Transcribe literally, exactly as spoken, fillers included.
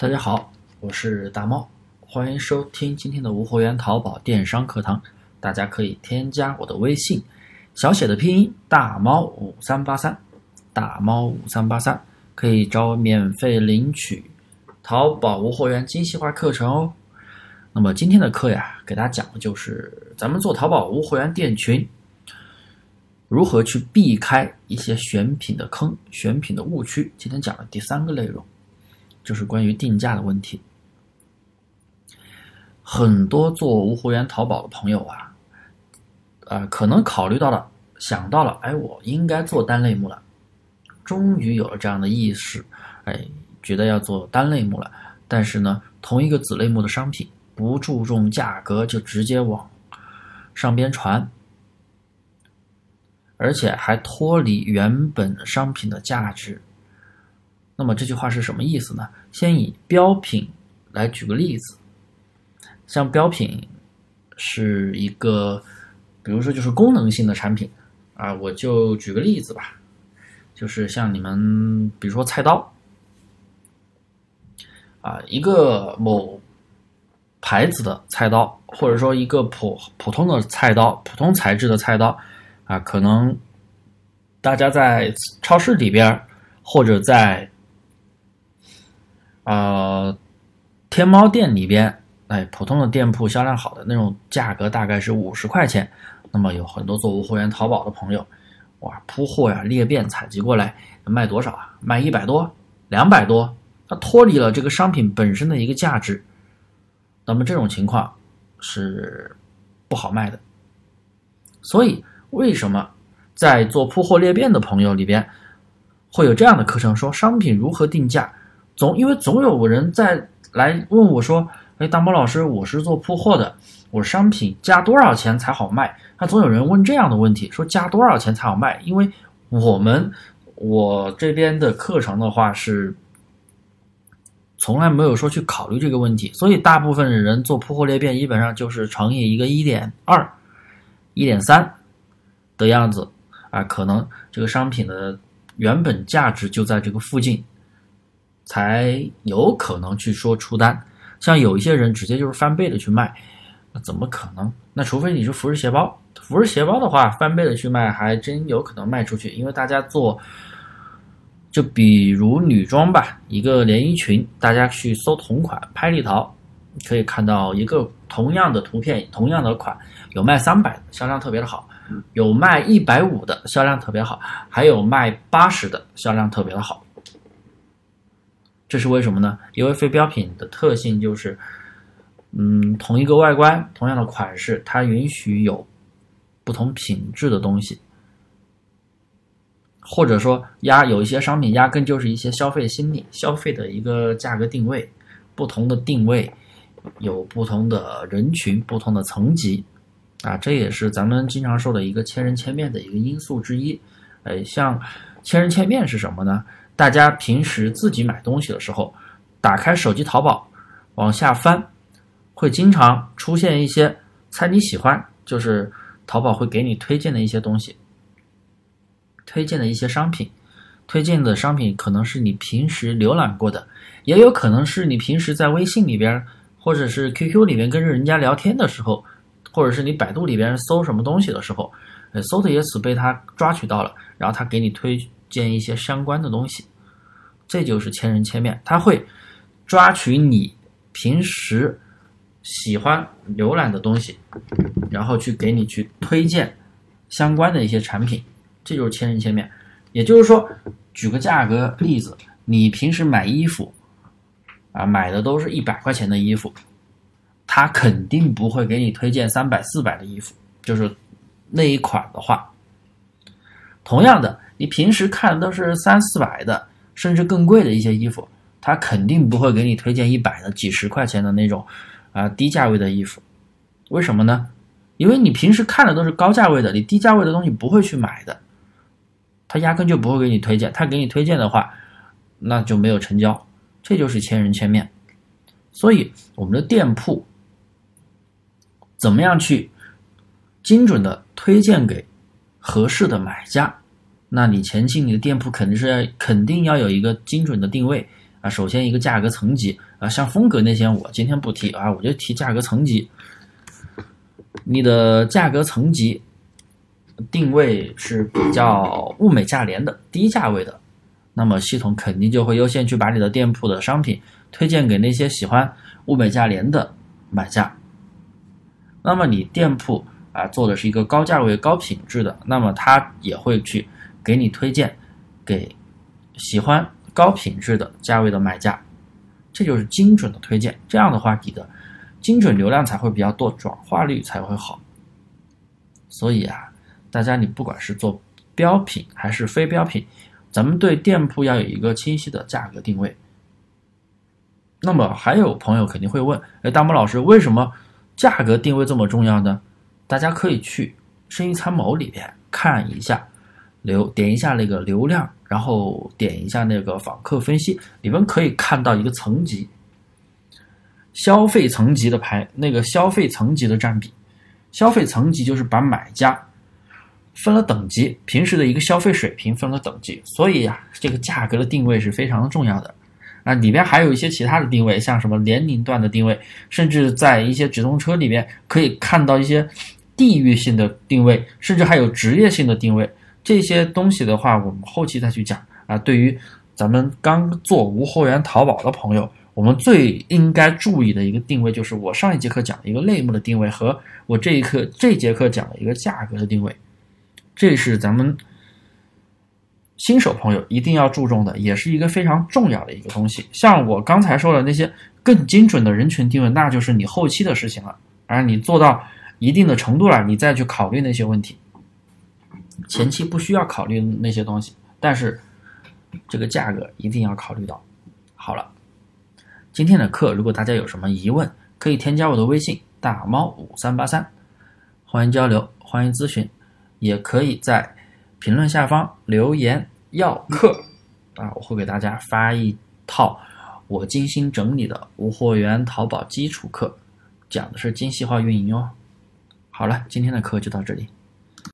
大家好，我是大猫，欢迎收听今天的无货源淘宝电商课堂。大家可以添加我的微信，小写的拼音大猫五三八三，大猫五三八三，可以找我免费领取淘宝无货源精细化课程哦。那么今天的课呀，给大家讲的就是咱们做淘宝无货源店群，如何去避开一些选品的坑、选品的误区。今天讲的第三个内容，就是关于定价的问题。很多做无货源淘宝的朋友啊，呃，可能考虑到了，想到了，哎，我应该做单类目了，终于有了这样的意识，哎，觉得要做单类目了。但是呢，同一个子类目的商品，不注重价格就直接往上边传，而且还脱离原本商品的价值。那么这句话是什么意思呢？先以标品来举个例子，像标品是一个，比如说就是功能性的产品啊，我就举个例子吧，就是像你们比如说菜刀啊，一个某牌子的菜刀，或者说一个普普通的菜刀，普通材质的菜刀啊，可能大家在超市里边或者在呃天猫店里边，哎，普通的店铺销量好的那种价格大概是五十块钱。那么有很多做无货源淘宝的朋友，哇，铺货呀，裂变采集过来卖多少啊？卖一百多、两百多，它脱离了这个商品本身的一个价值。那么这种情况是不好卖的。所以为什么在做铺货裂变的朋友里边会有这样的课程，说商品如何定价？总因为总有人在来问我说，哎，大猫老师，我是做铺货的，我商品加多少钱才好卖？他总有人问这样的问题，说加多少钱才好卖？因为我们我这边的课程的话是从来没有说去考虑这个问题，所以大部分人做铺货裂变基本上就是乘以一个 一点二、一点三 的样子啊，可能这个商品的原本价值就在这个附近，才有可能去说出单。像有一些人直接就是翻倍的去卖，那怎么可能？那除非你是服饰鞋包，服饰鞋包的话翻倍的去卖还真有可能卖出去。因为大家做，就比如女装吧，一个连衣裙，大家去搜同款拍立淘，可以看到一个同样的图片，同样的款，有卖三百的销量特别的好，有卖一百五十的销量特别好，还有卖八十的销量特别的好。这是为什么呢？因为非标品的特性就是，嗯，同一个外观，同样的款式，它允许有不同品质的东西，或者说压有一些商品压根就是一些消费心理、消费的一个价格定位，不同的定位有不同的人群、不同的层级啊，这也是咱们经常说的一个千人千面的一个因素之一。哎，像千人千面是什么呢？大家平时自己买东西的时候，打开手机淘宝往下翻，会经常出现一些猜你喜欢，就是淘宝会给你推荐的一些东西，推荐的一些商品，推荐的商品可能是你平时浏览过的，也有可能是你平时在微信里边或者是 Q Q 里边跟人家聊天的时候，或者是你百度里边搜什么东西的时候，搜的也死被他抓取到了，然后他给你推荐一些相关的东西。这就是千人千面，他会抓取你平时喜欢浏览的东西，然后去给你去推荐相关的一些产品，这就是千人千面。也就是说，举个价格例子，你平时买衣服啊，买的都是一百块钱的衣服，他肯定不会给你推荐三百、四百的衣服，就是那一款的话。同样的，你平时看的都是三四百的，甚至更贵的一些衣服，他肯定不会给你推荐一百的、几十块钱的那种啊、呃、低价位的衣服。为什么呢？因为你平时看的都是高价位的，你低价位的东西不会去买的，他压根就不会给你推荐。他给你推荐的话，那就没有成交。这就是千人千面。所以我们的店铺怎么样去精准的推荐给合适的买家，那你前期你的店铺肯定是要肯定要有一个精准的定位啊。首先一个价格层级啊，像风格那些我今天不提啊，我就提价格层级。你的价格层级定位是比较物美价廉的低价位的，那么系统肯定就会优先去把你的店铺的商品推荐给那些喜欢物美价廉的买家。那么你店铺啊做的是一个高价位高品质的，那么它也会去给你推荐给喜欢高品质的价位的买家，这就是精准的推荐。这样的话你的精准流量才会比较多，转化率才会好。所以啊，大家你不管是做标品还是非标品，咱们对店铺要有一个清晰的价格定位。那么还有朋友肯定会问，哎，大木老师，为什么价格定位这么重要呢？大家可以去生意参谋里边看一下，流点一下那个流量，然后点一下那个访客分析，里面可以看到一个层级，消费层级的排那个消费层级的占比。消费层级就是把买家分了等级，平时的一个消费水平分了等级，所以啊，这个价格的定位是非常的重要的。啊，里边还有一些其他的定位，像什么年龄段的定位，甚至在一些直通车里面可以看到一些地域性的定位，甚至还有职业性的定位。这些东西的话，我们后期再去讲啊。对于咱们刚做无货源淘宝的朋友，我们最应该注意的一个定位，就是我上一节课讲的一个类目的定位，和我这一课这节课讲的一个价格的定位，这是咱们新手朋友一定要注重的，也是一个非常重要的一个东西。像我刚才说的那些更精准的人群定位，那就是你后期的事情了，而你做到一定的程度了，你再去考虑那些问题。前期不需要考虑那些东西，但是这个价格一定要考虑到。好了，今天的课如果大家有什么疑问，可以添加我的微信大猫五三八三，欢迎交流，欢迎咨询，也可以在评论下方留言要课啊，我会给大家发一套我精心整理的无货源淘宝基础课，讲的是精细化运营哦。好了，今天的课就到这里。